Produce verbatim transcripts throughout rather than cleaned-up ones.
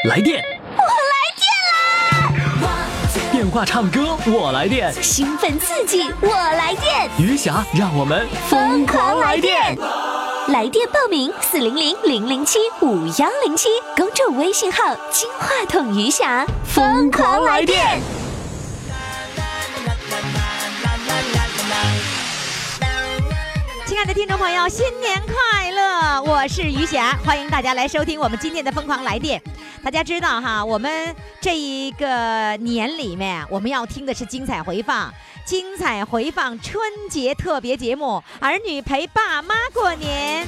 来电， 我来电啦！ 电话唱歌我来电， 兴奋刺激我来电， 余霞让我们疯狂来电！ 来电报名四零零零零七五幺零七，公众微信号金话筒余霞，疯狂来电！ 亲爱的听众朋友，新年快乐！我是余霞，欢迎大家来收听我们今天的疯狂来电。大家知道哈，我们这一个年里面，我们要听的是精彩回放，精彩回放春节特别节目，儿女陪爸妈过年。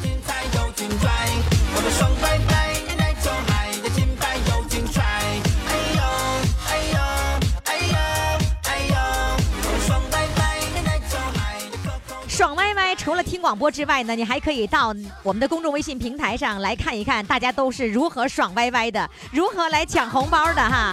爽歪歪除了听广播之外呢，你还可以到我们的公众微信平台上来看一看，大家都是如何爽歪歪的，如何来抢红包的哈。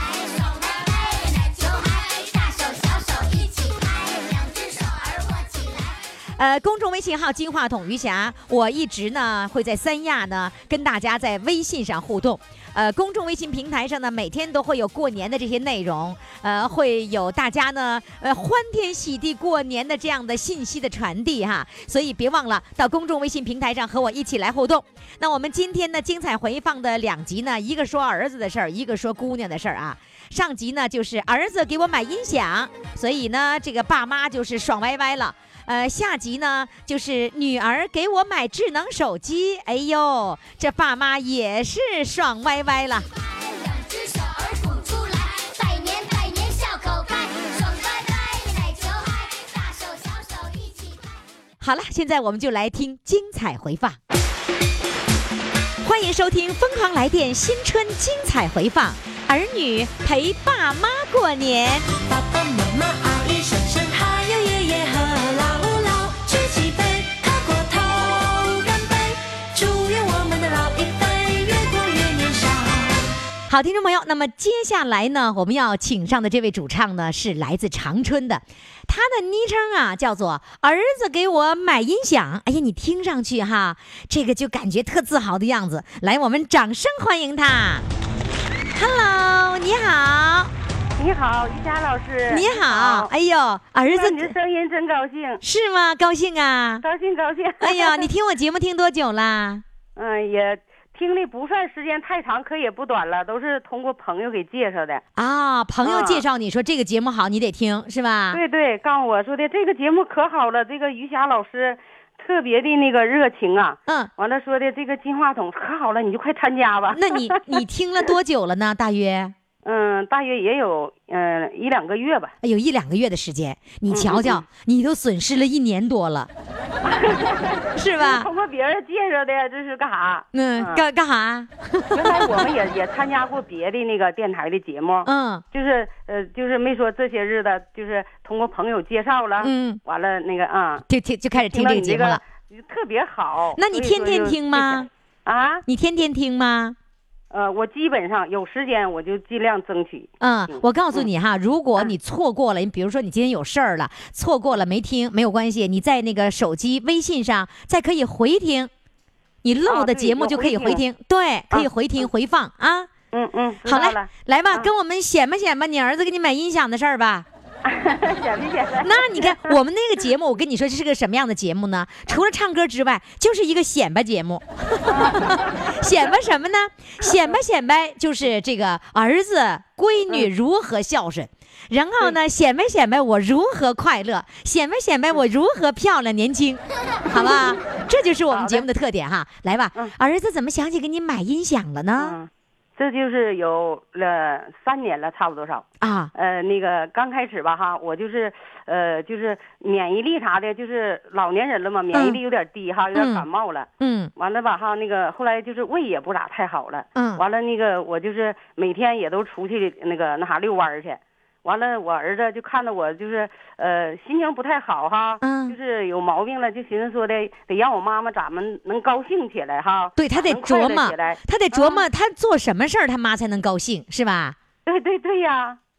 呃，公众微信号金话筒余霞，我一直呢会在三亚呢跟大家在微信上互动。呃，公众微信平台上呢，每天都会有过年的这些内容，呃，会有大家呢，呃，欢天喜地过年的这样的信息的传递哈，所以别忘了到公众微信平台上和我一起来互动。那我们今天呢，精彩回放的两集呢，一个说儿子的事儿，一个说姑娘的事儿啊。上集呢就是儿子给我买音响，所以呢，这个爸妈就是爽歪歪了。呃，下集呢就是女儿给我买智能手机，哎呦，这爸妈也是爽歪歪了。 两只手儿吐出来，拜年拜年笑口开，爽歪歪奶球嗨，大手小手一起拍。 好了，现在我们就来听精彩回放。欢迎收听《疯狂来电》新春精彩回放，儿女陪爸妈过年。 爸爸妈妈阿姨婶婶还有爷爷和姥姥，举起杯，喝过头，干杯，祝愿我们的老一辈越过越年少。 好，听众朋友，那么接下来呢，我们要请上的这位主唱呢，是来自长春的，他的昵称啊叫做儿子给我买音响。哎呀，你听上去哈，这个就感觉特自豪的样子。来，我们掌声欢迎他。Hello， 你好。 你好，余霞老师。 你好，哎呦，儿子， 你的声音真高兴。 是吗？高兴啊， 高兴高兴。 哎呀，你听我节目听多久啦？ 嗯，也听的不算时间太长，可也不短了，都是通过朋友给介绍的。 啊，朋友介绍你说这个节目好，你得听，是吧？ 对对，告诉我说的这个节目可好了，这个余霞老师特别的那个热情啊。 嗯， 完了说的这个金话筒可好了，你就快参加吧。 那你你听了多久了呢？大约？ 嗯，大约也有嗯、呃、一两个月吧， 有一两个月的时间。你瞧瞧，嗯嗯嗯你都损失了一年多了，是吧？ 通过别人介绍的，这是干啥？ 嗯，嗯干干啥？ 原来我们也也参加过别的那个电台的节目， 嗯， 就是呃，就是没说这些日子，就是通过朋友介绍了，嗯，完了那个啊， 就听就开始听这个节目了， 特别好。 那你天天听吗？ 啊， 你天天听吗？ 呃，我基本上有时间我就尽量争取。 嗯，我告诉你哈，如果你错过了，你比如说你今天有事儿了，错过了没听没有关系，你在那个手机微信上再可以回听，你漏的节目就可以回听，对，可以回听回放啊。 嗯嗯， 好嘞，来吧，跟我们显摆显摆你儿子给你买音响的事儿吧。 显摆显摆。 那你看我们那个节目，我跟你说这是个什么样的节目呢？除了唱歌之外，就是一个显摆节目。显摆什么呢？显摆显摆就是这个儿子闺女如何孝顺，然后呢显摆显摆我如何快乐，显摆显摆我如何漂亮年轻，好吧？这就是我们节目的特点哈。来吧，儿子怎么想起给你买音响了呢？ 嗯，这就是有了三年了，差不多少啊？ 呃，那个刚开始吧，哈，我就是，呃，就是免疫力啥的，就是老年人了嘛，免疫力有点低哈，有点感冒了。嗯。完了吧，哈，那个后来就是胃也不咋太好了。嗯。完了，那个我就是每天也都出去那个那啥遛弯去。完了，我儿子就看到我就是呃心情不太好哈，嗯，就是有毛病了，就寻思说的得让我妈妈咱们能高兴起来哈。 对，他得琢磨，他得琢磨他做什么事儿他妈才能高兴，是吧？ 对对对呀。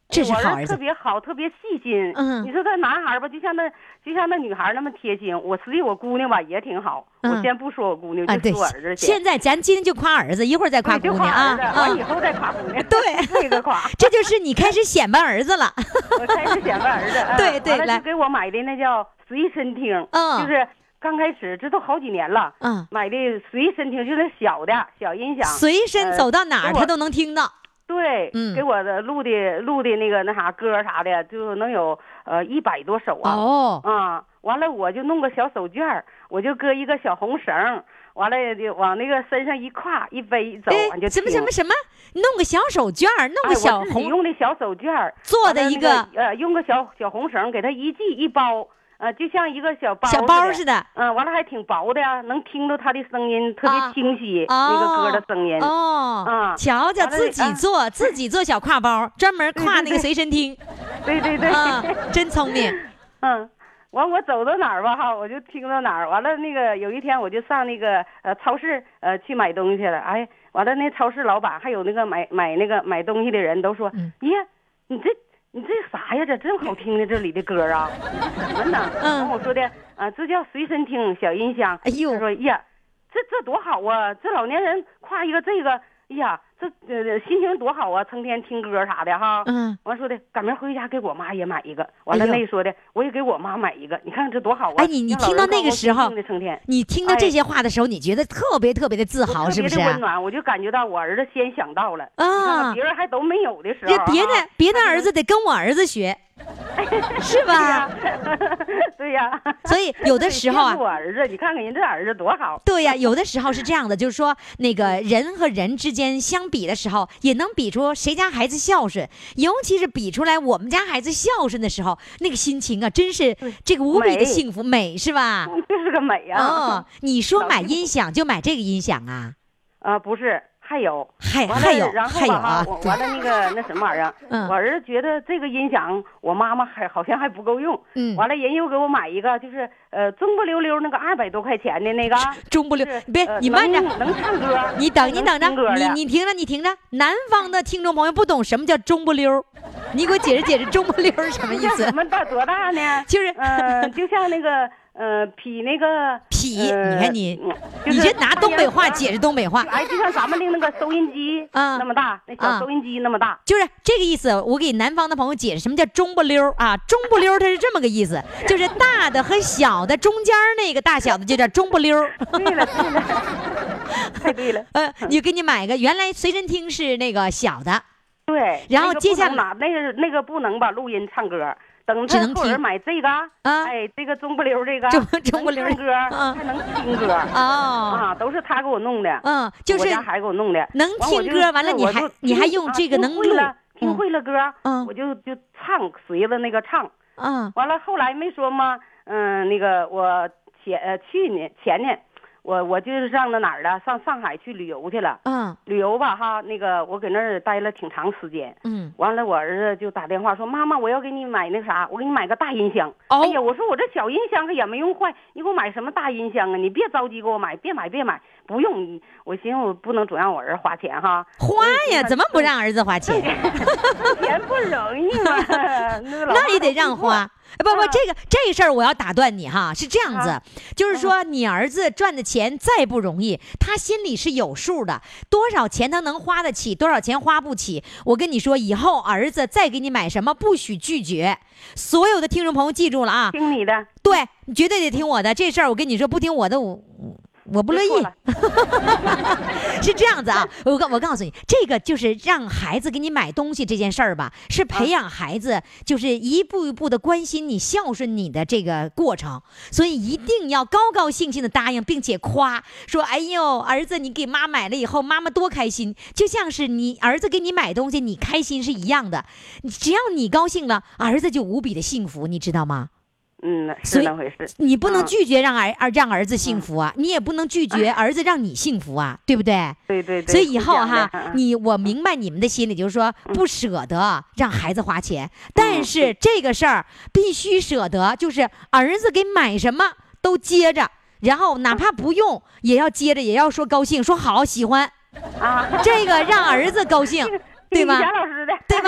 这是好儿子， 我儿子特别好，特别细心。嗯，你说他男孩吧，就像那就像那女孩那么贴心。我实际我姑娘吧也挺好。嗯、我先不说我姑娘，就说我儿子、啊。 现在咱今天就夸儿子，一会儿再夸姑娘啊。 完以后再夸姑娘。 对， 这个夸。 这就是你开始显摆儿子了。 我开始显摆儿子。 对对， 来，就给我买的那叫随身听。嗯，就是。刚开始这都好几年了，嗯，买的随身听就是小的小音响， 随身走到哪儿、呃、他都能听到。 对，嗯，给我的录的录的那个那啥歌啥的，就能有呃一百多首啊。哦，啊、嗯，完了我就弄个小手绢，我就搁一个小红绳，完了就往那个身上一挎一背走，完就什么什么什么，弄个小手绢，弄个小红、 哎、用的小手绢做的一个、 那个、呃，用个小小红绳给它一系一包。呃，就像一个小包小包似的， 嗯，完了还挺薄的呀，能听到他的声音，特别清晰，啊、那个歌的声音。 哦，啊，瞧瞧，自己做、啊、自己做小挎包，专门挎那个随身听。 对对对， 啊、真聪明。 嗯，完我走到哪儿吧哈，我就听到哪儿。完了那个有一天我就上那个呃超市呃去买东西了，哎，完了那超市老板还有那个买买那个买东西的人都说，嗯、呀，你这。你这啥呀？这真好听的，这里的歌啊，什么呢？嗯，我说的啊，这叫随身听小音箱。哎呦，他说呀，这这多好啊！这老年人挎一个这个，哎呀，这呃心情多好啊！成天听歌啥的哈。嗯，完说的赶明回家给我妈也买一个。完了那说的我也给我妈买一个。你看这多好啊！ 哎，你你听到那个时候，你听到这些话的时候，你觉得特别特别的自豪，是不是？ 特别的温暖，我就感觉到我儿子先想到了啊，别人还都没有的时候。 别的别的儿子得跟我儿子学。是吧？ 对呀， 所以有的时候啊， 我儿子，你看看人这儿子多好。 对呀，有的时候是这样的，就是说那个人和人之间相比的时候，也能比出谁家孩子孝顺，尤其是比出来我们家孩子孝顺的时候，那个心情啊，真是这个无比的幸福美，是吧？ 这是个美啊！ 哦，你说买音响就买这个音响啊？ 啊，不是。还有， 还还有， 然后吧哈，我完了那个那什么玩意儿，嗯，我儿子觉得这个音响我妈妈还好像还不够用，嗯，完了人又给我买一个，就是呃中不溜溜那个二百多块钱的那个， 中不溜，别你慢着， 能唱歌， 你等你等着，你你听着你听着，南方的听众朋友不懂什么叫中不溜，你给我解释解释中不溜是什么意思？ 什么大多大呢？ 就是呃，就像那个。呃，劈那个劈， 呃、 你看你，就是、你这拿东北话解释东北话， 哎，就像咱们的那个收音机啊，那么大，那小收音机那么大， 就是这个意思。我给南方的朋友解释什么叫中不溜啊，中不溜它是这么个意思，就是大的和小的中间那个大小的就叫中不溜。 对了，对了，太对了。 呃，你给你买个，原来随身听是那个小的， 对， 然后接下来那个那个不能吧，录音唱歌。等他后人买这个啊，哎，这个中不溜这个， 中中不溜唱歌，还能听歌哦啊，都是他给我弄的， 嗯，就是我家孩给我弄的， 能听歌，完了你还你还用这个能录， 听会了歌，嗯，我就就唱随着那个唱，嗯，完了后来没说吗？嗯，那个我前呃去年前年。我我就是上到哪儿了？上上海去旅游去了。嗯，旅游吧哈，那个我搁那儿待了挺长时间。嗯，完了我儿子就打电话说：“妈妈，我要给你买那啥，我给你买个大音箱。哦”哎呀，我说我这小音箱也没用坏，你给我买什么大音箱啊？你别着急给我买，别买别买，不用你。我寻思我不能总让我儿子花钱哈。 花呀，怎么不让儿子花钱？ 钱不容易嘛， 那也得让花。不不，这个这事儿我要打断你哈，是这样子，就是说你儿子赚的钱再不容易，他心里是有数的，多少钱他能花得起，多少钱花不起。我跟你说，以后儿子再给你买什么，不许拒绝。所有的听众朋友记住了啊， 听你的， 对，你绝对得听我的。这事儿我跟你说，不听我的我。我不乐意，是这样子啊！我告我告诉你，这个就是让孩子给你买东西这件事儿吧，是培养孩子就是一步一步的关心你、孝顺你的这个过程，所以一定要高高兴兴的答应，并且夸说：“哎呦，儿子，你给妈买了以后，妈妈多开心！”就像是你儿子给你买东西，你开心是一样的。只要你高兴了，儿子就无比的幸福，你知道吗？ 嗯，是那回事。 你不能拒绝让儿儿让儿子幸福啊，你也不能拒绝儿子让你幸福啊，对不对？ 对对对。 所以以后哈，你我明白你们的心理，就是说不舍得让孩子花钱，但是这个事儿必须舍得，就是儿子给买什么都接着，然后哪怕不用也要接着，也要说高兴，说好喜欢啊，这个让儿子高兴，对吧？ 老师的， 对吧？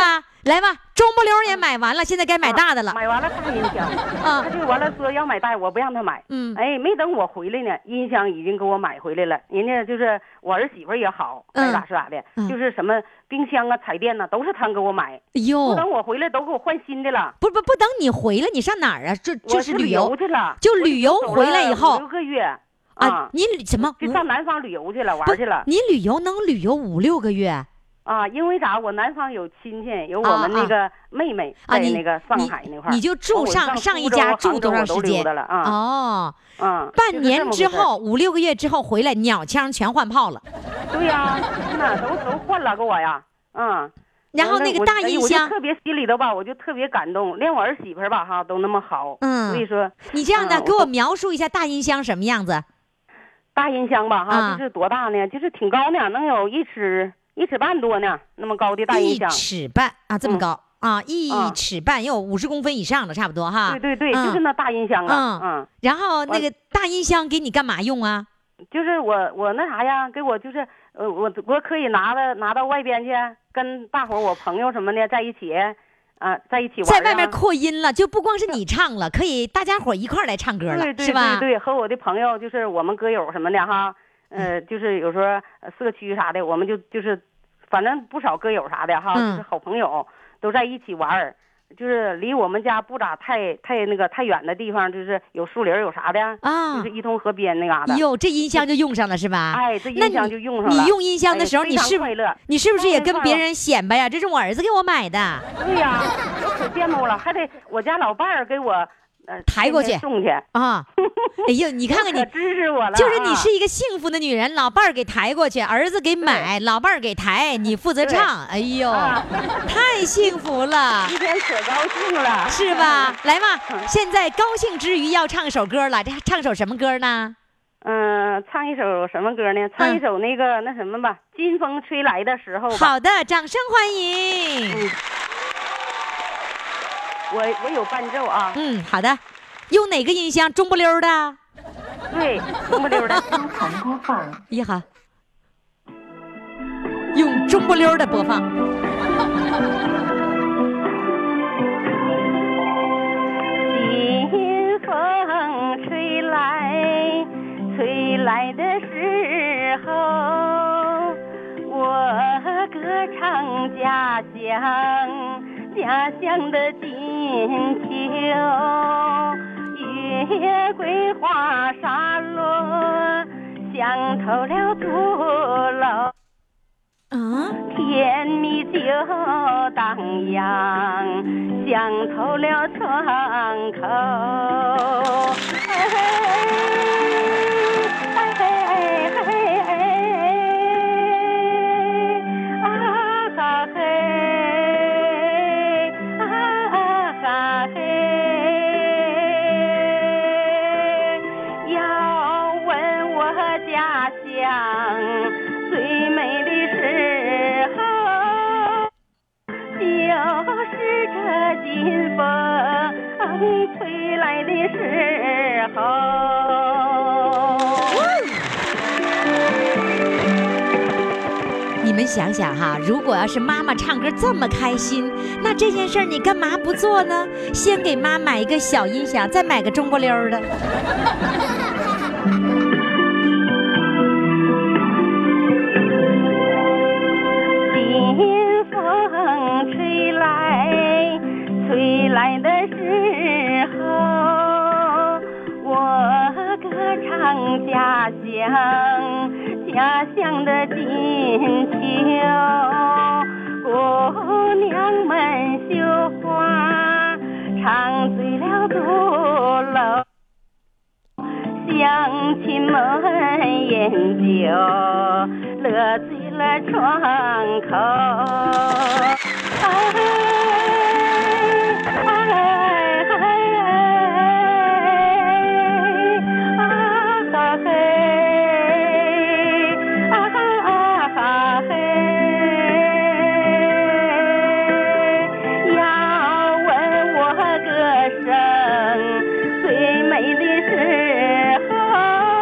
来吧，中不溜也买完了，现在该买大的了。 买完了大音箱， 啊， 他就完了说要买大，我不让他买。嗯，哎，没等我回来呢，音箱已经给我买回来了。人家就是我儿媳妇也好，该咋是咋的，就是什么冰箱啊、彩电呐，都是他给我买。 哎呦， 不等我回来都给我换新的了。 不不不等你回来，你上哪儿啊？就就是旅游去了， 就旅游回来以后六个月。 啊，你怎么就上南方旅游去了，玩去了？ 你旅游能旅游五六个月啊？因为啥？我南方有亲戚，有我们那个妹妹在那个上海那块儿， 你就住上上一家住多长时间了啊？ 哦， 嗯， 半年之后，五六个月之后回来，鸟枪全换炮了。 对呀，那都都换了给我呀，嗯。 然后那个大音箱， 我就特别心里头吧，我就特别感动，连我儿媳妇吧哈都那么好。嗯，所以说你这样的给我描述一下大音箱什么样子？ 大音箱吧，哈，就是多大呢？就是挺高呢，能有一尺一尺半多呢，那么高的大音箱。 一尺半啊，这么高啊，一尺半也有五十公分以上了，差不多哈。 对对对，就是那大音箱啊。嗯。 然后那个大音箱给你干嘛用啊？ 就是我我那啥呀，给我就是呃我我可以拿到拿到外边去，跟大伙我朋友什么的在一起。啊，在一起玩， 在外面扩音了，就不光是你唱了，可以大家伙一块来唱歌了， 对对是吧？ 对对，和我的朋友就是我们歌友什么的哈，呃，就是有时候社区啥的，我们就就是反正不少歌友啥的哈，就是好朋友都在一起玩，就是离我们家不咋太太那个太远的地方，就是有树林有啥的啊，就是一通河边那嘎达。 哟，这音箱就用上了是吧？ 哎，这音箱就用上了。 你用音箱的时候，你是你是不是也跟别人显摆呀？这是我儿子给我买的。 对呀，我可羡慕了，还得我家老伴儿给我。呃， 抬过去送去啊！哎呦，你看看你， 支持我了， 就是你是一个幸福的女人，老伴儿给抬过去，儿子给买，老伴儿给抬，你负责唱。哎呦，太幸福了， 今天可高兴了， 是吧？来嘛，现在高兴之余要唱首歌了，这唱首什么歌呢？ 嗯，唱一首什么歌呢？唱一首那个那什么吧，《金风吹来的时候》。 好的，掌声欢迎。 嗯我我有伴奏啊， 嗯，好的，用哪个音箱？中不溜的， 对，中不溜的。 中盘播放， 呀哈，用中不溜的播放。 清风吹来，吹来的时候，我歌唱家乡。家乡的金秋，月桂花洒落，香透了竹楼。 啊， 甜蜜就荡漾，香透了窗口。嘿嘿嘿嘿嘿啊哈嘿。最美的时候，就是这金风吹来的时候。 你们想想哈，如果要是妈妈唱歌这么开心，那这件事儿你干嘛不做呢？先给妈买一个小音响，再买个中不溜的。 吹来的时候，我歌唱家乡，家乡的金秋，姑娘们绣花，唱醉了竹楼，乡亲们饮酒，乐醉了窗口。哎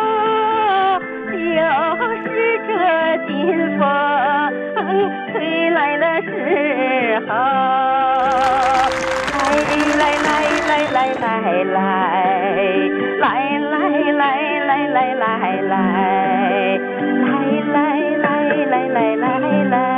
吹来的时候，来来来来来来来来来来来来来来。来来来来来来，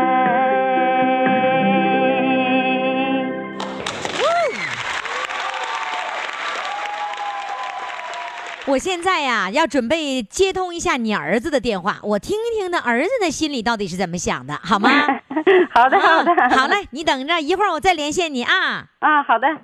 我现在呀要准备接通一下你儿子的电话，我听一听他儿子的心里到底是怎么想的，好吗？ 好的好的、 啊，好嘞，你等着，一会儿我再连线你啊。 啊，好的。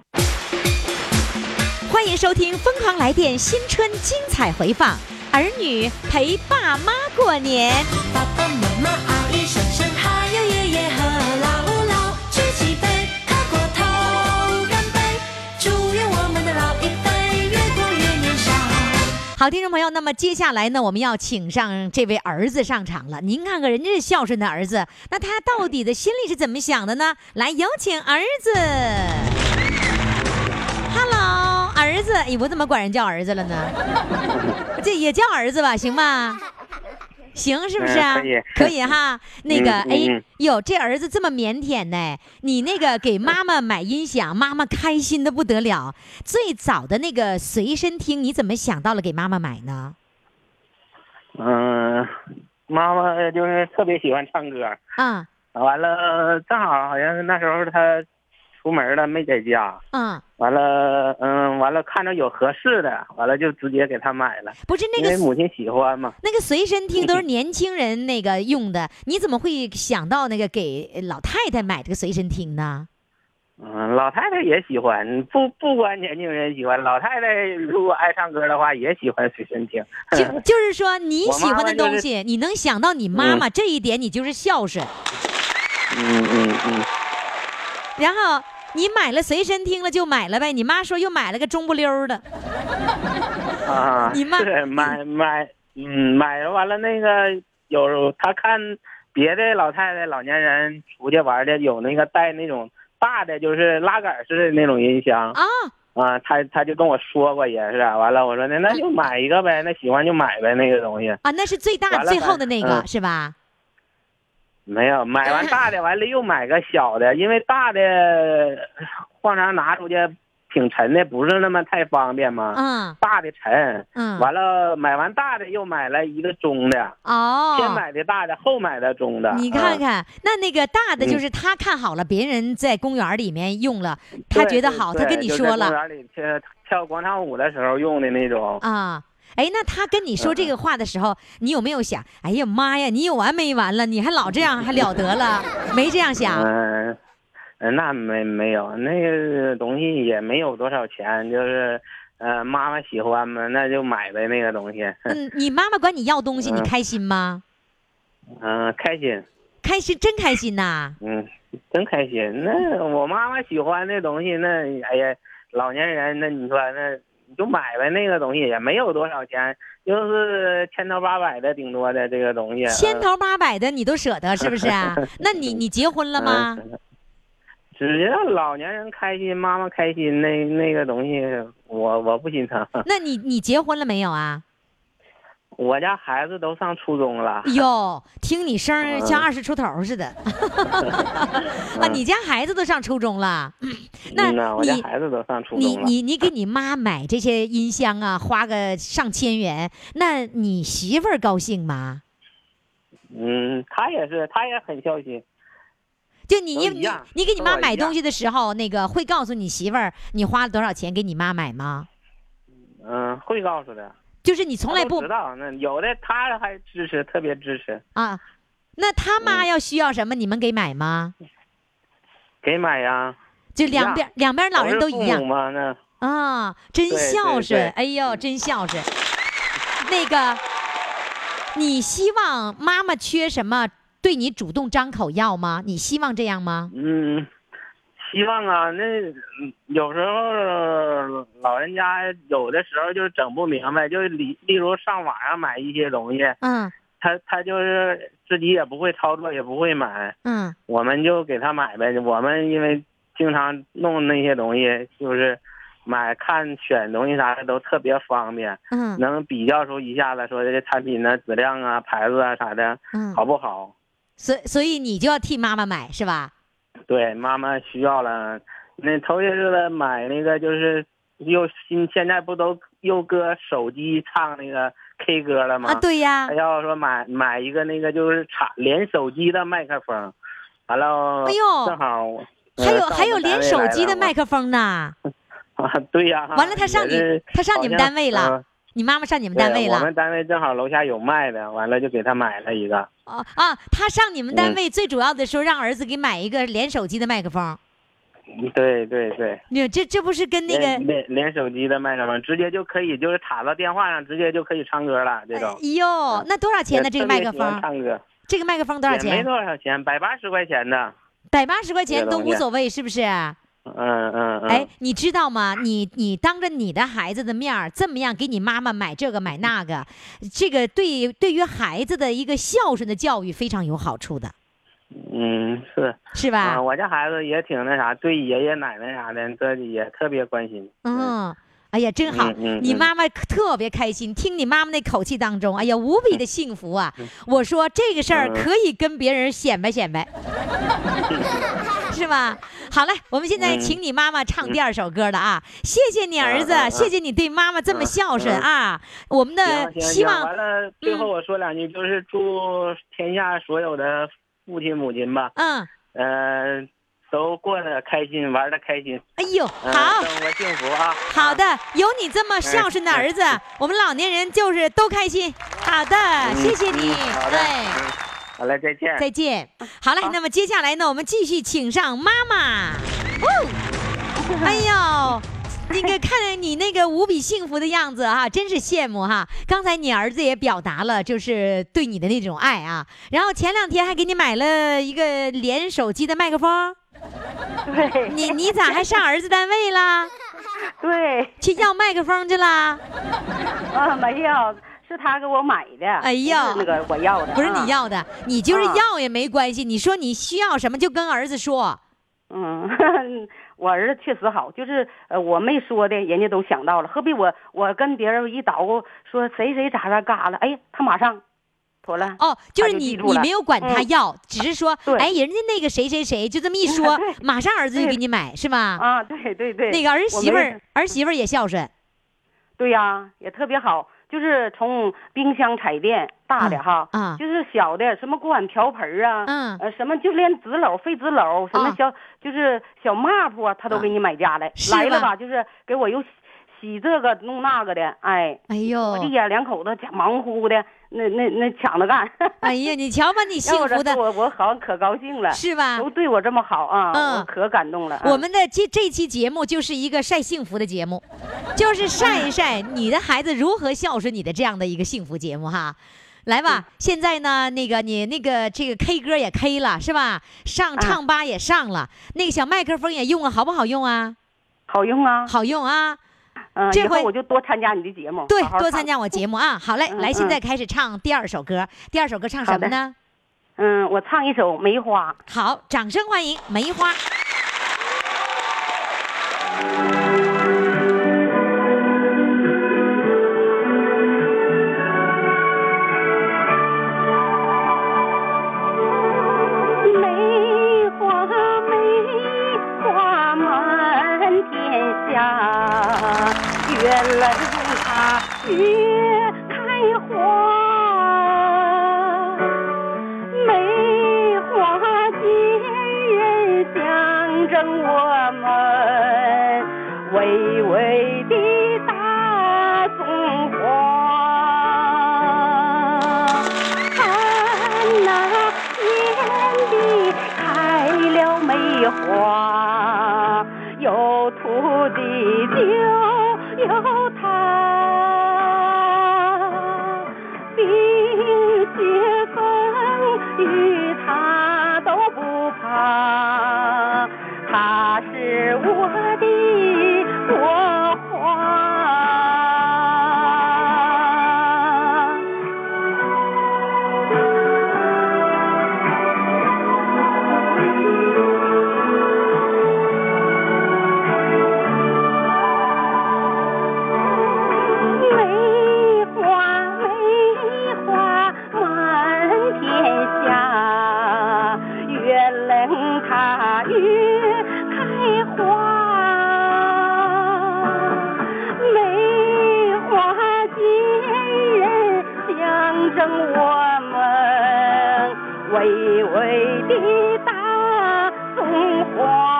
欢迎收听《疯狂来电》新春精彩回放。儿女陪爸妈过年， 爸爸妈妈、阿姨、婶婶，还有爷爷和姥姥，举起杯，喝过头，干杯！祝愿我们的老一辈越过越年少。 好，听众朋友，那么接下来呢，我们要请上这位儿子上场了。您看看人家是孝顺的儿子，那他到底的心里是怎么想的呢？来，有请儿子。Hello， 儿子，哎，我怎么管人叫儿子了呢？这也叫儿子吧，行吧？行，是不是啊？ 嗯、可以， 可以哈。那个， 嗯、 哎，哟，这儿子这么腼腆呢。你那个给妈妈买音响，妈妈开心的不得了。最早的那个随身听，你怎么想到了给妈妈买呢？ 嗯，妈妈就是特别喜欢唱歌啊。 完了，正好好像是那时候她出门了，没在家。 嗯。 完了，嗯，完了看着有合适的，完了就直接给他买了。 不是那个， 因为母亲喜欢嘛。 那个随身听都是年轻人那个用的，你怎么会想到那个给老太太买这个随身听呢？ 嗯，老太太也喜欢，不不光年轻人喜欢，老太太如果爱唱歌的话，也喜欢随身听。 就就是说你喜欢的东西， 妈妈就是、 你能想到你妈妈、嗯、这一点，你就是孝顺。 嗯嗯嗯。 然后。你买了随身听了就买了呗，你妈说又买了个中不溜的。 啊， 你妈是买买嗯买完了那个有他看别的老太太老年人出去玩的有那个带那种大的就是拉杆式的那种音箱啊啊，他他就跟我说过也是，完了我说那那就买一个呗，那喜欢就买呗那个东西啊，那是最大最后的那个、嗯、是吧？ 没有，买完大的完了又买个小的，因为大的往常拿出去挺沉的，不是那么太方便嘛。 嗯， 大的沉。 嗯， 完了买完大的又买了一个中的。 哦， 先买的大的，后买的中的。 你看看，嗯、那那个大的就是他看好了，别人在公园里面用了，嗯、他觉得好，他跟你说了。 公园里跳跳广场舞的时候用的那种。 啊。哎，那他跟你说这个话的时候，嗯、你有没有想，哎呀妈呀，你有完没完了？你还老这样，还了得了？没这样想？ 嗯、呃，那没没有，那个东西也没有多少钱，就是呃，妈妈喜欢嘛，那就买呗那个东西。 嗯，你妈妈管你要东西，你开心吗？ 嗯、呃，开心。 开心，真开心呐！ 嗯，真开心。那我妈妈喜欢的东西，那哎呀，老年人，那你说那。你就买呗，那个东西也没有多少钱，就是千头八百的，顶多的这个东西。 千头八百的你都舍得是不是啊？那你你结婚了吗？ 嗯、只要老年人开心，妈妈开心，那那个东西我我不心疼。 那你你结婚了没有啊？ 我家孩子都上初中了。 哟，听你声像二十出头似的。啊，你家孩子都上初中了？那你、 嗯、我家孩子都上初中了。 你你你给你妈买这些音箱啊，花个上千元，那你媳妇儿高兴吗？ 嗯，她也是，她也很孝心。 就你你你你给你妈买东西的时候，那个会告诉你媳妇儿你花了多少钱给你妈买吗？ 嗯，会告诉的。 就是你从来不知道，那有的他还支持，特别支持啊。那他妈要需要什么，嗯、你们给买吗？ 给买呀。 就两边两边老人都一样吗？那啊，真孝顺！哎呦，真孝顺。那个，你希望妈妈缺什么，对你主动张口要吗？你希望这样吗？ 嗯。希望啊，那有时候老人家有的时候就整不明白，就例例如上网上买一些东西， 嗯， 他他就是自己也不会操作，也不会买， 嗯， 我们就给他买呗。我们因为经常弄那些东西，就是买看选东西啥的都特别方便， 嗯， 能比较出一下子说这个产品的质量啊、牌子啊啥的， 嗯， 好不好？ 所所以你就要替妈妈买是吧？ 对，妈妈需要了。那头些日子买那个就是又新，现在不都又搁手机唱那个 K 歌了吗？ 啊，对呀。 还要说买买一个那个就是插连手机的麦克风，完了， 哎呦， 正好、 呃、还有还有连手机的麦克风呢。 啊，对呀。 完了，他上你他上你们单位了。嗯，你妈妈上你们单位了？ 我们单位正好楼下有卖的，完了就给他买了一个。 哦啊，他上你们单位最主要的说让儿子给买一个连手机的麦克风。 对对对， 你这这不是跟那个连连手机的麦克风，直接就可以就是插到电话上，直接就可以唱歌了。这种。 哎呦，那多少钱呢？这个麦克风？ 唱歌。 这个麦克风多少钱？ 也没多少钱，百八十块钱的。 百八十块钱都无所谓，是不是？ 嗯嗯嗯， 哎，你知道吗？你你当着你的孩子的面儿这么样给你妈妈买这个买那个，这个对对于孩子的一个孝顺的教育非常有好处的。 嗯，是是吧？ 嗯、我家孩子也挺那啥，对爷爷奶奶啥的，这也特别关心。 嗯。嗯哎呀，真好！ 嗯嗯、 你妈妈特别开心，听你妈妈那口气当中，哎呀，无比的幸福啊！ 嗯、 我说这个事儿可以跟别人显摆显摆，嗯、是吧？好嘞，我们现在请你妈妈唱第二首歌了啊！嗯、谢谢你儿子，嗯、谢谢你对妈妈这么孝顺啊！我们的希望。 完了，最后我说两句，就是祝天下所有的父亲母亲吧。嗯。呃。都过得开心，玩得开心。 哎呦，好， 生活幸福啊！ 好的，有你这么孝顺的儿子， 嗯嗯、 我们老年人就是都开心。好的， 嗯、 谢谢你。 嗯、好的， 哎， 嗯、好嘞，再见。 再见。好嘞，那么接下来呢，我们继续请上妈妈。哦，哎呦。那个看你那个无比幸福的样子哈，真是羡慕哈。刚才你儿子也表达了就是对你的那种爱啊，然后前两天还给你买了一个连手机的麦克风。 对， 你你咋还上儿子单位了？ 对， 去要麦克风去了？ 啊，没有，是他给我买的。 哎呀， 那个我要的， 不是你要的，你就是要也没关系。你说你需要什么就跟儿子说。 嗯。我儿子确实好，就是呃我没说的，人家都想到了。何必我我跟别人一捣鼓说谁谁咋咋嘎了，哎，他马上妥了。 哦，就是你你没有管他要，嗯、只是说，哎，人家那个谁谁谁就这么一说，马上儿子就给你买，是吧？ 啊，对对对。 那个儿媳妇儿儿媳妇儿也孝顺。 对呀、啊，也特别好。就是从冰箱、彩电大的哈， 啊， 就是小的什么锅碗瓢盆啊， 嗯， 呃，什么就连纸篓、废纸篓，什么小、啊、就是小抹布啊，他都给你买家来，来了吧，就是给我又洗洗这个弄那个的，哎， 哎呦， 我这爷两口子忙乎乎的，那那那抢着干。 哎呀，你瞧吧，你幸福的， 我我好像可高兴了， 是吧？ 都对我这么好啊， 嗯， 我可感动了。 我们的这这期节目就是一个晒幸福的节目，就是晒一晒你的孩子如何孝顺你的这样的一个幸福节目哈。来吧，嗯、现在呢，那个你那个这个 K 歌也 K 了是吧？上唱吧也上了，啊、那个小麦克风也用了，好不好用啊？ 好用啊， 好用啊。 嗯， 这回我就多参加你的节目， 对， 好好多参加我节目啊。好嘞， 嗯、 来，现在开始唱第二首歌。第二首歌唱什么呢？ 嗯，我唱一首《梅花》。 好，掌声欢迎《梅花》。 梅花，梅花满天下。越冷它越开花，梅花节日象征我们巍巍的大中华。看那天地开了梅花，有土地就有它，冰雪风雨它都不怕，它是我的国花。 它越开花。梅花节人象征我们巍巍的大中华。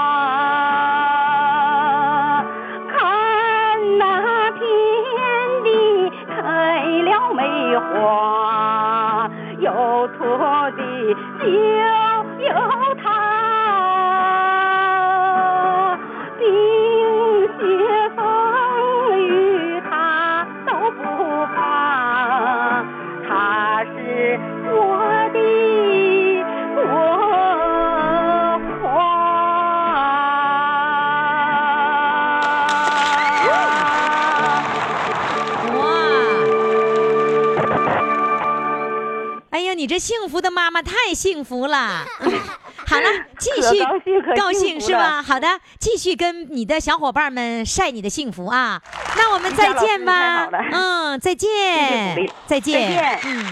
看那遍地开了梅花，有土地就有它。冰雪风雨它都不怕，它是我的国花。 哎呀，你这幸福的妈妈太幸福了。好了，继续可高兴可高兴幸福了是吧？好的，继续跟你的小伙伴们晒你的幸福啊！那我们再见吧于霞老师太好了。 嗯，再见谢谢鼓励， 再见， 再见嗯。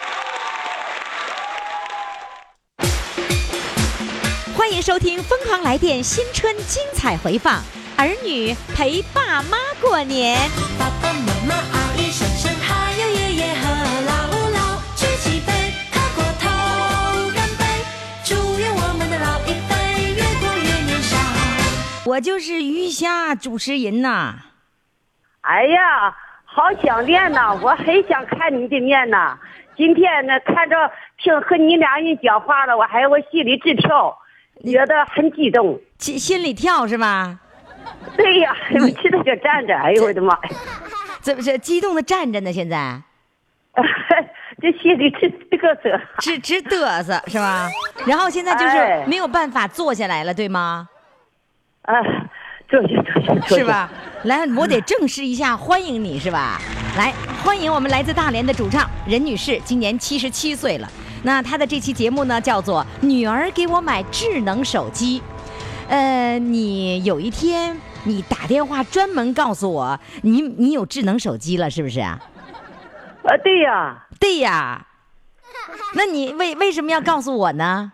欢迎收听《疯狂来电》新春精彩回放，儿女陪爸妈过年。 爸爸妈妈、阿姨、婶婶，还有爷爷和姥姥，举起杯，喝过头，干杯！祝愿我们的老一辈越过越年少。 我就是于霞主持人呐。 哎呀，好想念呐！我很想看你的面呐。今天呢，看着听和你俩人讲话了，我还我心里直跳，觉得很激动。 心心里跳是吧？ 对呀，我记得就站着，哎呦我的妈呀！ 这不是激动的站着呢？现在这心里直嘚瑟， 直直嘚瑟是吧？然后现在就是哎没有办法坐下来了，对吗？ 啊，坐下坐下坐下， 是吧？来，我得正式一下欢迎你，是吧？来，欢迎我们来自大连的主唱任女士，今年七十七岁了。那她的这期节目呢，叫做《女儿给我买智能手机》。呃，你有一天你打电话专门告诉我，你你有智能手机了，是不是啊？ 啊，对呀， 对呀。那你为为什么要告诉我呢？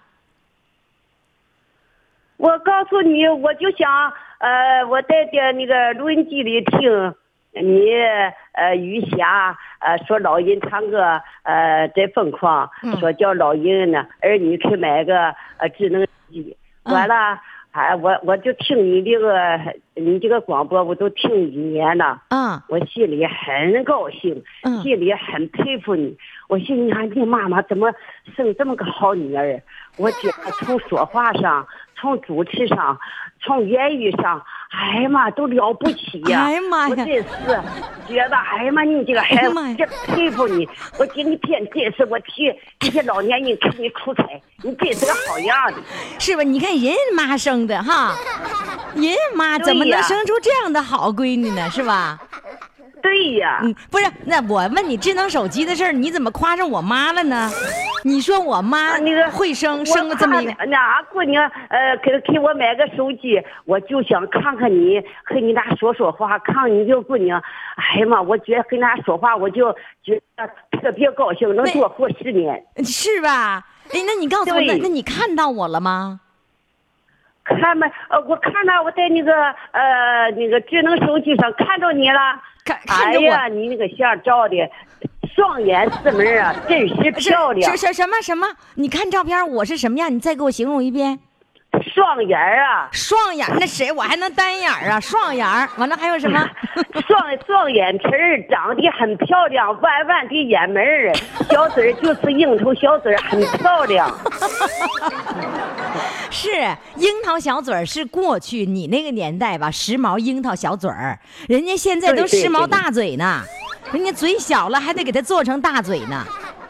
我告诉你，我就想，呃，我在的那个录音机里听你，呃，于霞，呃，说老人唱歌，呃，在疯狂， 嗯说叫老人呢，儿女去买个呃智能手机，完了。哎，我我就听你这个你这个广播，我都听一年了。 嗯， 我心里很高兴， 嗯心里很佩服你。我心里看你妈妈怎么生这么个好女儿？我觉得从说话上，从主持上，从言语上，哎呀妈，都了不起呀！ 哎呀妈呀我真是觉得，哎呀妈，你这个孩子哎呀妈呀， 真佩服你。我今天真是我替这些老年人替你出彩，你真是个好样的。 是吧？你看人妈生的哈，人妈怎么能生出这样的好闺女呢？是吧？ 对呀， 嗯，不是，那我问你智能手机的事儿，你怎么夸上我妈了呢？你说我妈啊那个会生，生了这么一个， 我看那姑娘，呃，给给我买个手机，我就想看看你，和你俩说说话，看看你这个姑娘。哎呀妈，我觉得和你俩说话，我就觉得特别高兴，能多活十年， 是吧？哎，那你告诉我，那对那你看到我了吗？ 看没？呃，我看到我在那个呃那个智能手机上看着你了。 看看着我， 哎呀，你那个相照的双眼四门啊，真是漂亮。 是是什么什么？你看照片，我是什么样？你再给我形容一遍。 双眼啊， 双眼那谁？我还能单眼啊？双眼完了还有什么？ 双双眼皮儿长得很漂亮，弯弯的眼门儿，小嘴儿就是樱桃小嘴儿，很漂亮。 是樱桃小嘴儿是过去你那个年代吧，时髦樱桃小嘴儿，人家现在都时髦大嘴呢，人家嘴小了还得给它做成大嘴呢。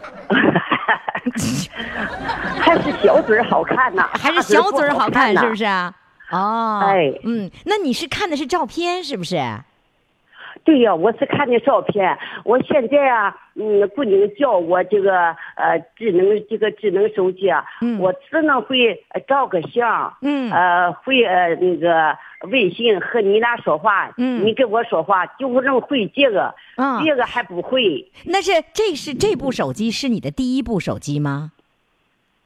还是小嘴儿好看呐， 还是小嘴儿好看，是不是啊？哦， 哎， 嗯，那你是看的是照片，是不是？ 对呀，我是看的照片。我现在啊，嗯，姑娘叫我这个呃智能这个智能手机啊， 嗯、 我只能会照个相， 嗯， 呃，会呃那个微信和你俩说话， 嗯， 你跟我说话就不能会这个， 嗯， 这个还不会。 那是这是这部手机是你的第一部手机吗？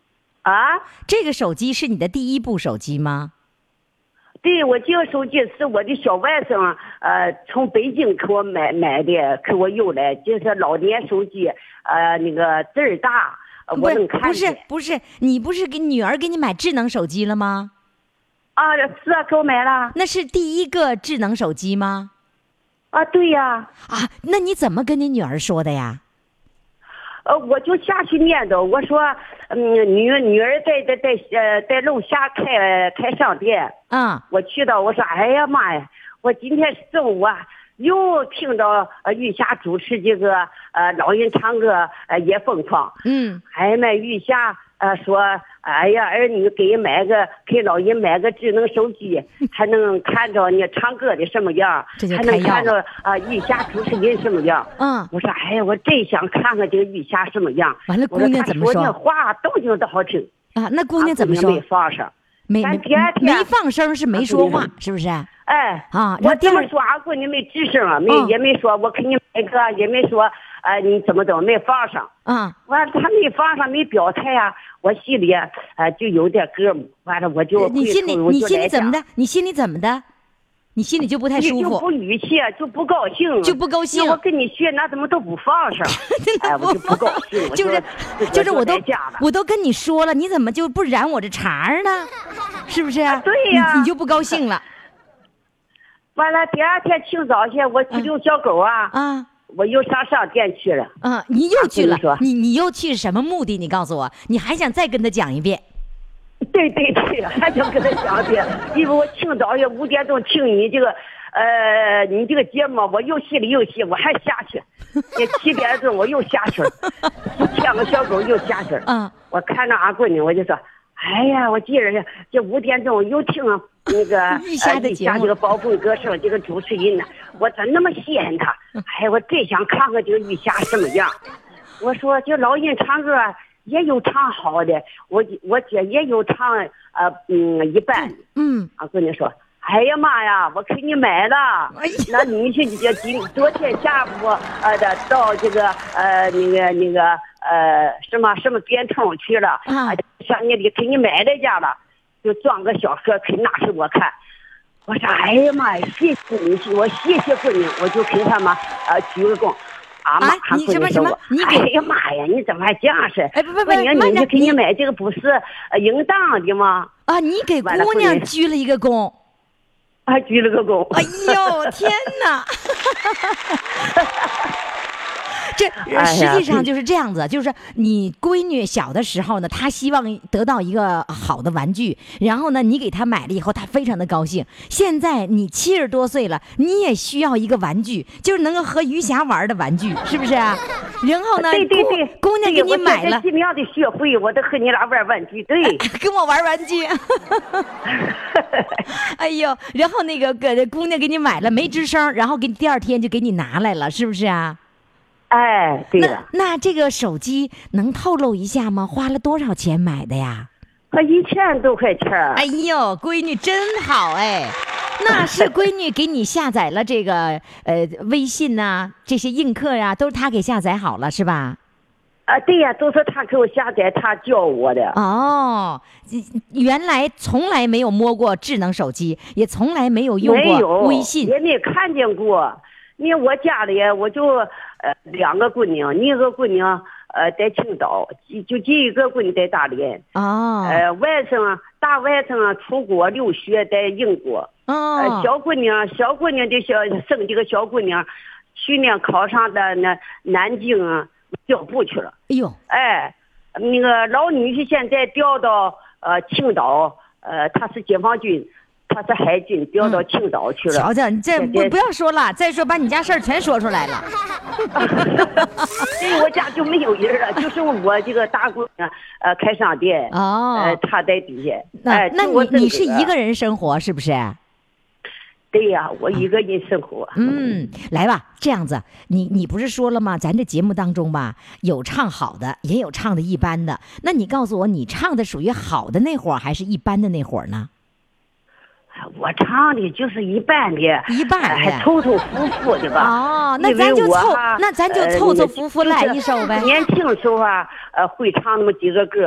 啊， 这个手机是你的第一部手机吗？ 对，我这个手机是我的小外甥呃从北京给我买买的，给我邮来，就是老年手机，呃那个字儿大，我能看见。 不是不是，你不是给女儿给你买智能手机了吗？ 啊，是啊，给我买了。 那是第一个智能手机吗？ 啊，对呀。 啊，那你怎么跟你女儿说的呀？ 呃，我就下去念叨，我说，嗯，女女儿在在在呃在楼下开开商店， 啊， 我去到，我说，哎呀妈呀，我今天中午啊，又听到呃玉霞主持这个呃老人唱歌呃也疯狂， 嗯， 哎妈，玉霞呃说，哎呀，儿女给人买个给老人买个智能手机，还能看着你唱歌的什么样，还能看着啊、呃、玉霞主持人什么样。 嗯， 我说哎呀，我真想看看这个玉霞什么样。 完了，姑娘怎么说？ 我说那话动静都好听啊。那姑娘怎么说？ 没放上， 没没没放声，是没说话，是不是？ 哎啊， 我这么说，俺闺女没吱声啊，没、嗯、也没说我给你买个，也没说呃你怎么怎么没放上。 啊， 完了他没放上，没表态啊，我心里呃就有点膈应。完了我就你心里你心里怎么的？你心里怎么的？你心里就不太舒服， 就不语气，就不高兴， 就不高兴。 我跟你学，那怎么都不放上？哎，我就不高兴。 就是就是我都我都跟你说了，你怎么就不染我这茬呢？是不是？ 啊、对呀、 啊，你就不高兴了。 完了，第二天清早去，我去遛小狗啊， 啊， 我又上商店去了。 啊，你又去了？你你又去什么目的？你告诉我，你还想再跟他讲一遍？ 对对对，还想跟他讲一遍，因为我清早也五点钟听你这个，呃，你这个节目，我又心里又气，我还下去。也七点钟我又下去了，牵个小狗又下去了。 嗯， 我看着俺闺女，我就说，哎呀，我今儿这五点钟又听那个玉霞的节目， 这个宝贝歌声这个主持人呢，我咋那么稀罕他？哎，我真想看看这个玉霞什么样。我说这老人唱歌也有唱好的，我我姐也有唱呃嗯一般。 嗯， 俺闺女说，哎呀妈呀，我给你买了。 哎、 那你去这今昨天下午呃的到这个呃那个那个呃什么什么变通去了啊，上你里给你买来家了。就装个小盒，可以拿给我看。我说：“哎呀妈呀，谢谢你，我谢谢闺女，我就给他们呃鞠个躬。”俺妈还闺女说我：“哎呀妈呀，你怎么还这样式？ 哎不不不， 闺女，你这给你买这个不是呃应当的吗？” 啊，你给姑娘鞠了一个躬， 还鞠了个躬。 哎呦天哪！这实际上就是这样子，就是你闺女小的时候呢，她希望得到一个好的玩具，然后呢，你给她买了以后，她非常的高兴。现在你七十多岁了，你也需要一个玩具，就是能够和余霞玩的玩具，是不是啊？然后呢， 对对对， 姑娘给你买了， 尽量的学会，我都和你俩玩玩具，对， 跟我玩玩具。哎呦，然后那个给姑娘给你买了，没吱声，然后给你第二天就给你拿来了，是不是啊？ 哎，对了， 那那这个手机能透露一下吗？花了多少钱买的呀？ 快一千多块钱。 哎呦，闺女真好哎！那是闺女给你下载了这个呃微信呐、啊，这些映客呀、啊，都是她给下载好了是吧？ 啊，对呀，都是她给我下载，她教我的。 哦，原来从来没有摸过智能手机，也从来没有用过微信， 也没看见过。你我家里我就呃两个姑娘，你一个姑娘呃在青岛，就就一个闺女在大连。 哦。 呃，外甥大外甥出国留学在英国。 哦。 呃，小姑娘小姑娘的小生这个小姑娘，去年考上的那南京调部去了。 哎呦。 哎，那个老女婿现在调到呃青岛，呃他是解放军。他是海军调到青岛去了。 瞧瞧，你这不不要说了，再说把你家事儿全说出来了。 所以我家就没有人了，就是我这个大姑娘呃开商店。 哦。 呃，她在底下。 哎，那你你是一个人生活是不是？ 对呀，我一个人生活。 嗯，来吧，这样子，你你不是说了吗？咱这节目当中吧，有唱好的，也有唱的一般的。那你告诉我，你唱的属于好的那会儿，还是一般的那会儿呢？ 我唱的就是一般的， 一般的， 还凑凑服服的吧。 哦，那咱就凑，那咱就凑凑服服来一首呗。 年轻时候啊，呃，会唱那么几个歌，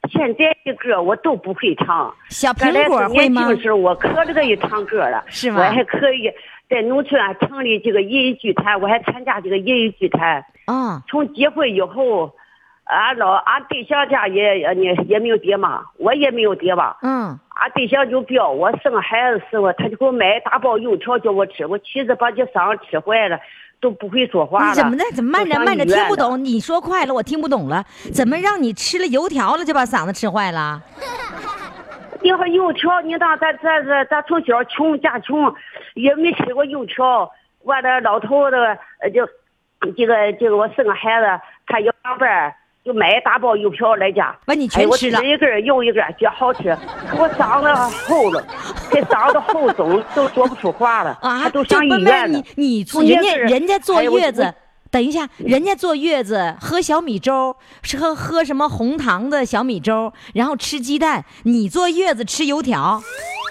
现在的歌我都不会唱。 小苹果会吗？ 年轻时候我可这个也唱歌了， 是吗？ 我还可以在农村还成立这个业余剧团，我还参加这个业余剧团。 啊， 从结婚以后，俺老俺对象家也也也没有爹妈，我也没有爹妈。 嗯。 俺对象就彪，我生孩子时候他就给我买一大包油条叫我吃，我气着把这嗓子吃坏了，都不会说话了。 你怎么的？怎么慢着慢着听不懂？你说快了，我听不懂了。怎么让你吃了油条了就把嗓子吃坏了？ 你说油条，你当咱咱咱咱从小穷家穷，也没吃过油条。完了，老头子就这个这个我生个孩子，他要上班。就买一大包油条来家， 把你全吃了， 哎、我吃一根又一根，觉好吃。可我嗓子齁了，这嗓子齁肿，都说不出话了啊！都上医院了。 你你人家人家坐月子，哎、等一下，人家坐月子喝小米粥，是喝喝什么红糖的小米粥，然后吃鸡蛋。你坐月子吃油条，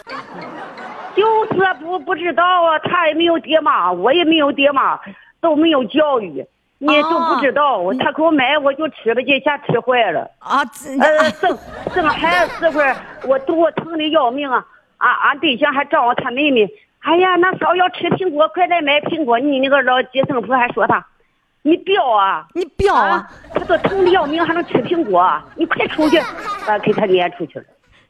就是不不知道啊，他也没有爹妈，我也没有爹妈，都没有教育。你都不知道，哦、他给我买我就吃了，这下吃坏了啊！ 呃，生生孩子时候我多疼的要命啊！俺俺对象还找我他妹妹，哎呀，那嫂要吃苹果，快来买苹果！你那个老接生妇还说他，你彪啊， 你彪啊！啊他都疼的要命，还能吃苹果？你快出去！啊，给他撵出去了。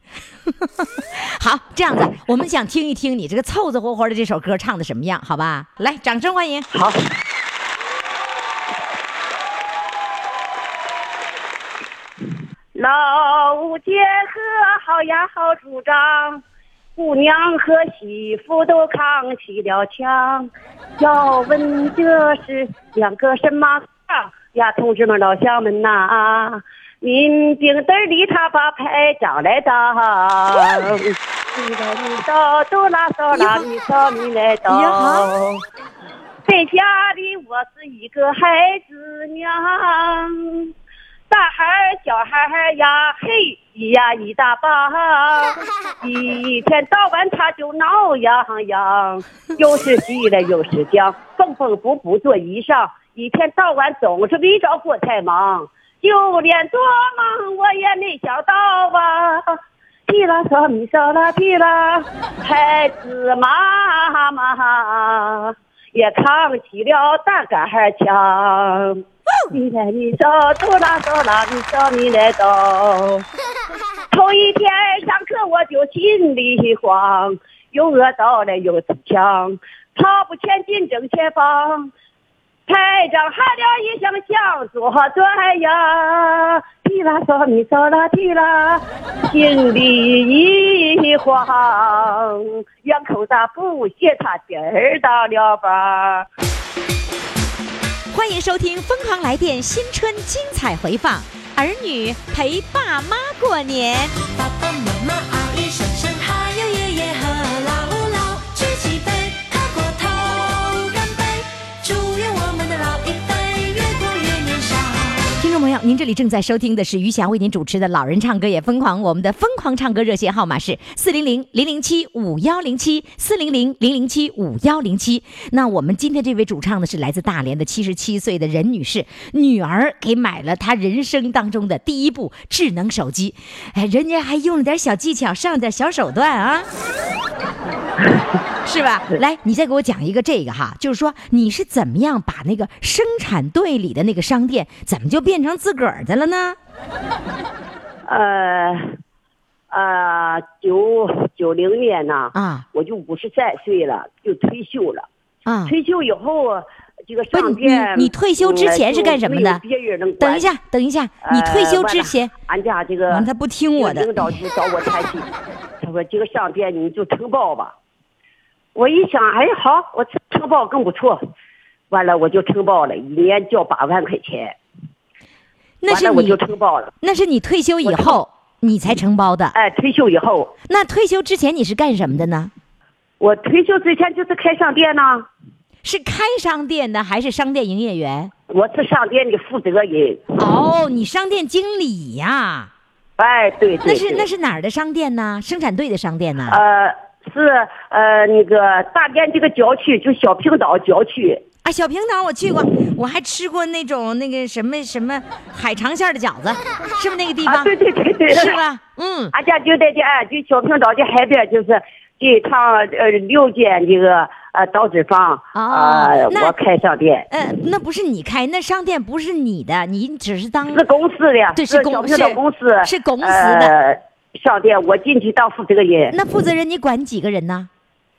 好，这样子，我们想听一听你这个凑凑合合的这首歌唱的什么样，好吧？来，掌声欢迎！ 好。老街和好呀好主张，姑娘和媳妇都扛起了枪。要问这是两个什么呀，同志们老乡们呐、啊，民兵队里他把排长来当。你来你到哆啦哆啦咪嗦咪来到，在家里我是一个孩子娘。大孩小孩呀，嘿呀一大帮，一天到晚他就闹洋洋，又是喜了又是僵，缝缝补补做衣裳，一天到晚总是为着国太忙，就连做梦我也没想到啊，噼啦嗦咪嗦啦噼啦，孩子妈妈也扛起了大杆枪。你来你走，哆啦哆啦咪嗦咪来哆。头一天上课我就心里慌，又饿到了又自强，跑不前进正前方。排长喊了一声向左转呀，噼啦嗦咪嗦啦噼啦，心里一慌，两口子不写差点儿到了吧。 欢迎收听《疯狂来电》新春精彩回放，儿女陪爸妈过年。 爸爸妈妈、阿姨、婶婶，还有爷爷和姥姥，举起杯，喝过头，干杯！祝愿我们的老一辈越过越年少。 听众朋友，您这里正在收听的是余霞为您主持的《老人唱歌也疯狂》，我们的疯狂唱歌热线号码是四零零零零七五幺零七四零零零零七五幺零七。那我们今天这位主唱呢是来自大连的七十七岁的任女士，女儿给买了她人生当中的第一部智能手机，哎，人家还用了点小技巧，上了点小手段啊。是吧？来，你再给我讲一个这个哈，就是说你是怎么样把那个生产队里的那个商店，怎么就变成自个儿的了呢？ 呃，呃，九九零年呢， 啊， 我就五十三岁了，就退休了。 啊， 退休以后，这个商店， 你你退休之前是干什么的？ 别人能等一下，等一下，你退休之前， 呃、俺家这个， 他不听我的， 领导就找我谈心，他说这个商店你就承包吧。我一想，哎，好，我承包更不错。完了，我就承包了，一年交八万块钱。 那是你我就承包了。 那是你退休以后你才承包的。 哎，退休以后。 那退休之前你是干什么的呢？ 我退休之前就是开商店呢。 是开商店的还是商店营业员？ 我是商店的负责人。 哦，你商店经理呀？ 哎，对对对。 那是那是哪儿的商店呢？生产队的商店呢？ 呃。是呃那个大连这个郊区，就小平岛郊区啊，小平岛我去过，我还吃过那种那个什么什么海肠馅的饺子，是不是那个地方？ 啊，对对对对， 是吧？嗯， 俺家就在这，哎，就小平岛的海边，就是这趟呃六间这个呃刀子坊啊、呃，我开商店。 呃，那不是你开，那商店不是你的，你只是当是公司的， 对，是公小平岛公司， 是公司的、 呃、商店，我进去当负责人。 那负责人你管几个人呢？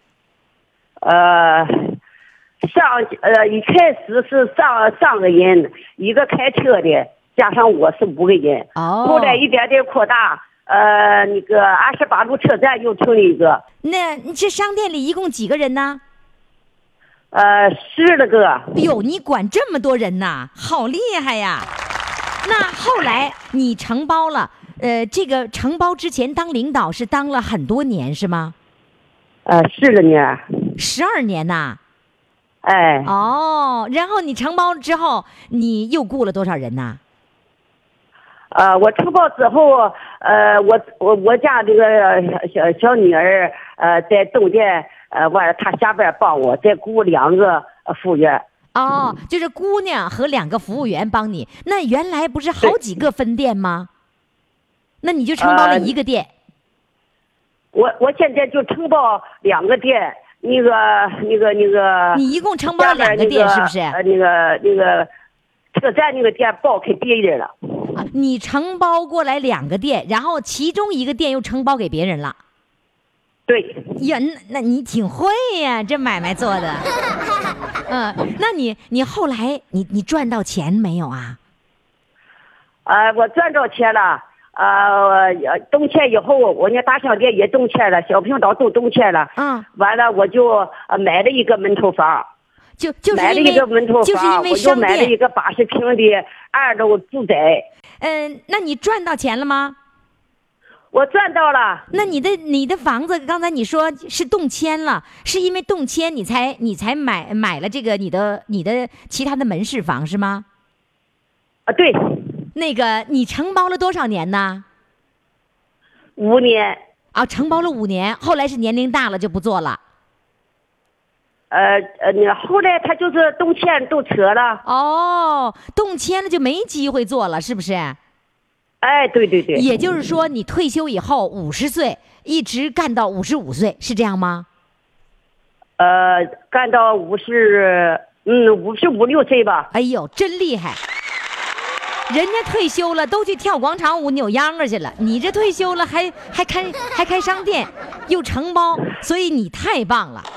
呃。上呃一开始是上上个人，一个开车的，加上我是五个人。 哦。 后来一点点扩大，呃，那个二十八路车站又成了一个。 那你这商店里一共几个人呢？ 呃，十来个。 哟，你管这么多人呐，好厉害呀！那后来你承包了，呃，这个承包之前当领导是当了很多年是吗？ 呃，十来年。 十二年呐。 哎， 哦，然后你承包之后，你又雇了多少人呢？ 呃，我承包之后，呃，我我我家这个小小女儿，呃，在东店，呃，完了她下班帮我，再雇两个服务员。 哦，就是姑娘和两个服务员帮你。那原来不是好几个分店吗？那你就承包了一个店。 呃、我我现在就承包两个店。那个、那个、那个， 你一共承包了两个店，是不是？ 呃，那个、那个车站那个店包给别人了。 啊，你承包过来两个店，然后其中一个店又承包给别人了。 对。 呀，那那你挺会呀，这买卖做的。嗯，那你你后来你你赚到钱没有啊？ 呃，我赚着钱了。呃，动钱以后，我那大商店也动钱了，小平岛都动钱了。 嗯， 完了我就呃买了一个门头房， 就就是买了一个门头房， 就是因为我又买了一个八十平的二楼住宅。 嗯，那你赚到钱了吗？ 我赚到了。 那你的你的房子，刚才你说是动迁了，是因为动迁你才你才买买了这个你的你的其他的门市房是吗？ 啊，对。 那个你承包了多少年呢？ 五年。 啊，承包了五年，后来是年龄大了就不做了。 呃呃，那后来他就是动迁动车了。 哦，动迁了就没机会做了，是不是？ 哎，对对对。 也就是说，你退休以后五十岁，一直干到五十五岁，是这样吗？ 呃，干到五十，嗯，五十五六岁吧。 哎呦，真厉害！人家退休了都去跳广场舞扭秧歌去了，你这退休了还还开还开商店，又承包，所以你太棒了。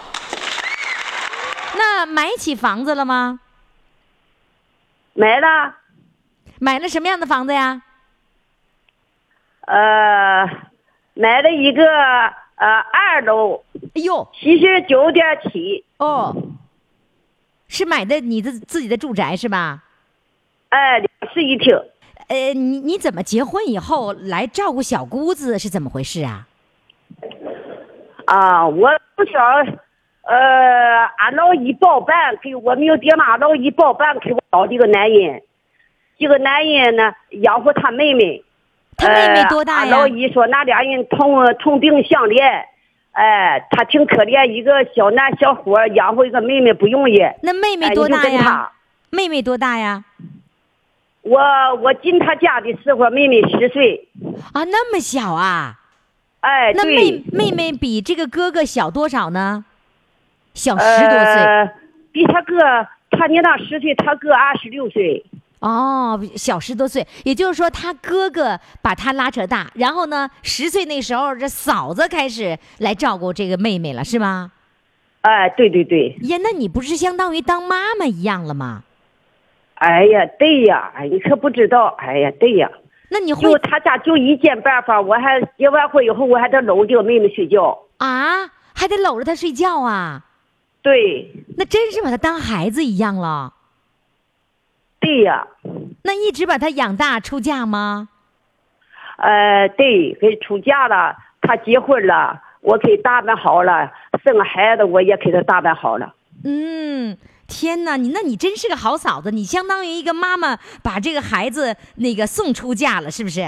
那买起房子了吗？ 买了。 买了什么样的房子呀？ 呃，买了一个呃二楼。 哎呦， 七十九点七。 哦，是买的你的自己的住宅是吧？ 哎，两室一厅。 呃，你你怎么结婚以后来照顾小姑子是怎么回事啊？ 啊，我从小，呃，俺老姨包办给我没有爹妈，老姨包办给我找这个男人，这个男人呢养活他妹妹。 他妹妹多大呀？ 呃、俺老姨说那俩人同同病相怜，哎，他挺可怜，一个小男小伙养活一个妹妹不容易。 那妹妹多大呀？ 哎、 妹妹多大呀？ 我我进他家的时候，妹妹十岁。 啊，那么小啊？ 哎， 那妹妹妹比这个哥哥小多少呢？小十多岁。 呃，比他哥，他年长十岁，他哥二十六岁。 哦，小十多岁，也就是说他哥哥把他拉扯大，然后呢，十岁那时候这嫂子开始来照顾这个妹妹了，是吗？ 哎，对对对。 呀，那你不是相当于当妈妈一样了吗？ 哎呀，对呀，你可不知道，哎呀，对呀。 那你会就他家就一件办法，我还结完婚以后，我还得搂这个妹妹睡觉啊，还得搂着她睡觉啊。 对， 那真是把她当孩子一样了。 对呀。 那一直把她养大，出嫁吗？ 呃，对，给出嫁了，她结婚了，我给打扮好了，生孩子我也给她打扮好了。 嗯。天哪，你那你真是个好嫂子，你相当于一个妈妈把这个孩子那个送出嫁了，是不是？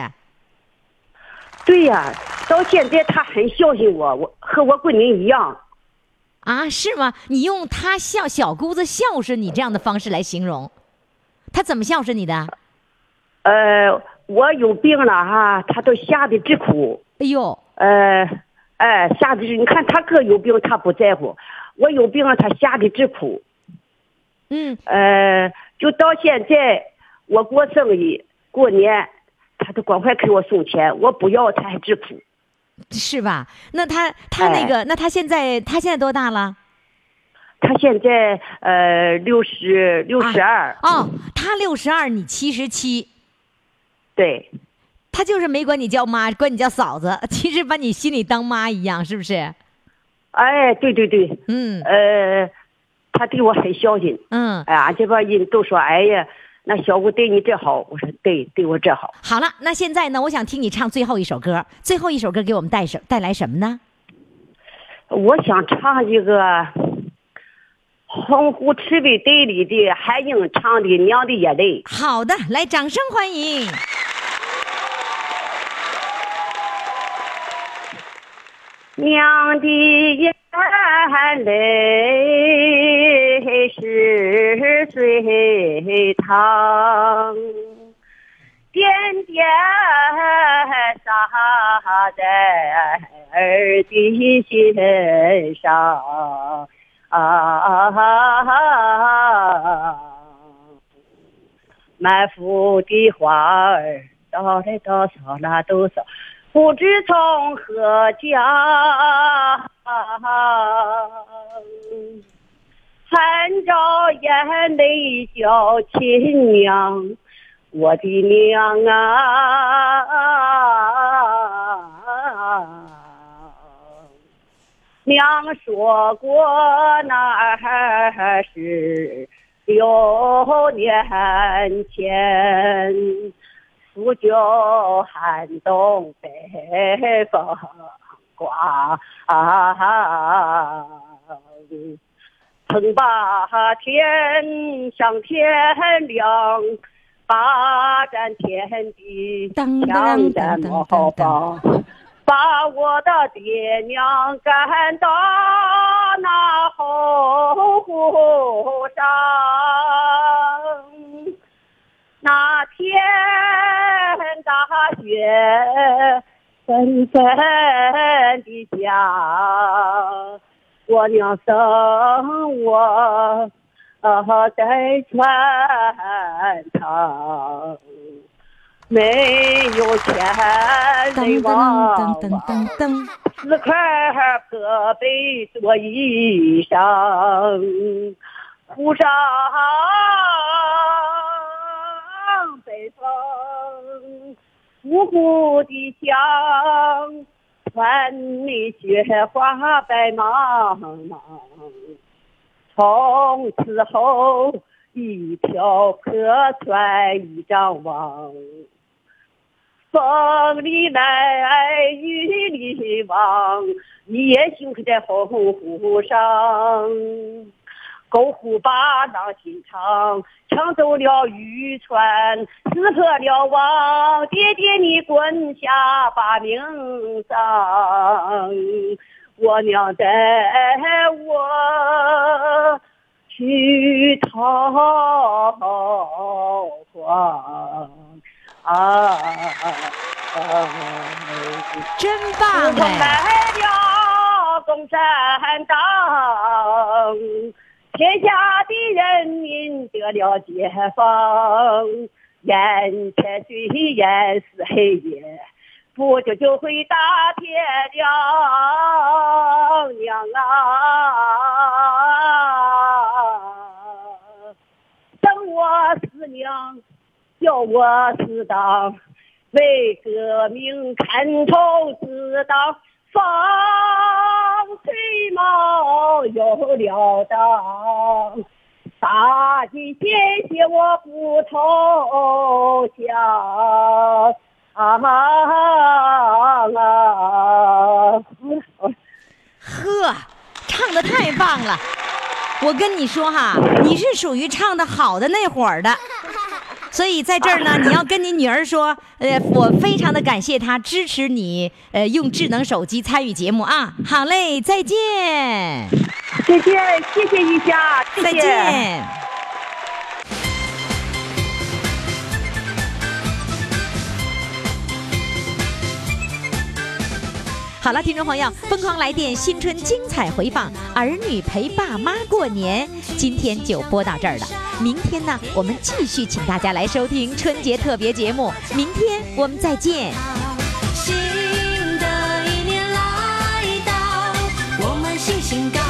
对呀，到现在他很孝敬我，我和我闺女一样。 啊，是吗？你用他孝小姑子孝顺你这样的方式来形容，他怎么孝顺你的？ 呃，我有病了哈，他都吓得直哭。 哎呦， 呃，哎，吓得你看他哥有病他不在乎，我有病了他吓得直哭。 嗯， 呃，就到现在我过生日过年，他都赶快给我送钱，我不要他还直哭。 是吧？那他他那个， 哎、 那他现在他现在多大了？ 他现在呃六十六十二。 哦，他六十二，你七十七。 对。 他就是没管你叫妈，管你叫嫂子，其实把你心里当妈一样，是不是？ 哎，对对对。 嗯。 呃，他对我很孝心。 嗯。 哎，俺这边人都说，哎呀。那小姑对你这好，我说对，对我这好。 好了，那现在呢，我想听你唱最后一首歌，最后一首歌给我们带什带来什么呢？ 我想唱这个《洪湖赤壁队》里的韩英唱的《娘的眼泪》。 好的，来，掌声欢迎。 娘的眼泪是水淌，点点洒在儿的心上啊，满腹的花儿倒来倒扫那都扫，不知从何讲，含着眼泪叫亲娘，我的娘啊！娘说过那是六年前，苏州寒冬北风刮，曾把天上天亮，霸占天地，强占模仿，把我的爹娘赶到那洪湖上。那天大雪纷纷的下，我娘生我在船上，没有钱没往四块破被做衣裳，铺上北风芜湖的乡，船里雪花白茫茫，从此后一条破船一张网，风里来雨里往，你也辛苦在洪湖上。篝火把浪心肠，抢走了渔船，撕破了网，爹爹你滚下把命丧，我娘带我去逃荒啊！ 真棒哎！来了共产党，天下的人民得了解放，眼前虽然是黑夜，不久就会大天亮。娘啊，等我是娘，叫我是党，为革命看透自当，放吹毛有了当，大吉谢谢我不投降啊啊！ 呵，唱得太棒了！我跟你说哈，你是属于唱得好的那会儿的。所以在这儿呢，你要跟你女儿说，呃，我非常的感谢她支持你，呃，用智能手机参与节目啊。好嘞，再见。 再见，谢谢玉霞， 再见。好了，听众朋友，疯狂来电新春精彩回放，儿女陪爸妈过年，今天就播到这儿了。明天呢，我们继续请大家来收听春节特别节目。明天我们再见。 新的一年来到，我们信心高。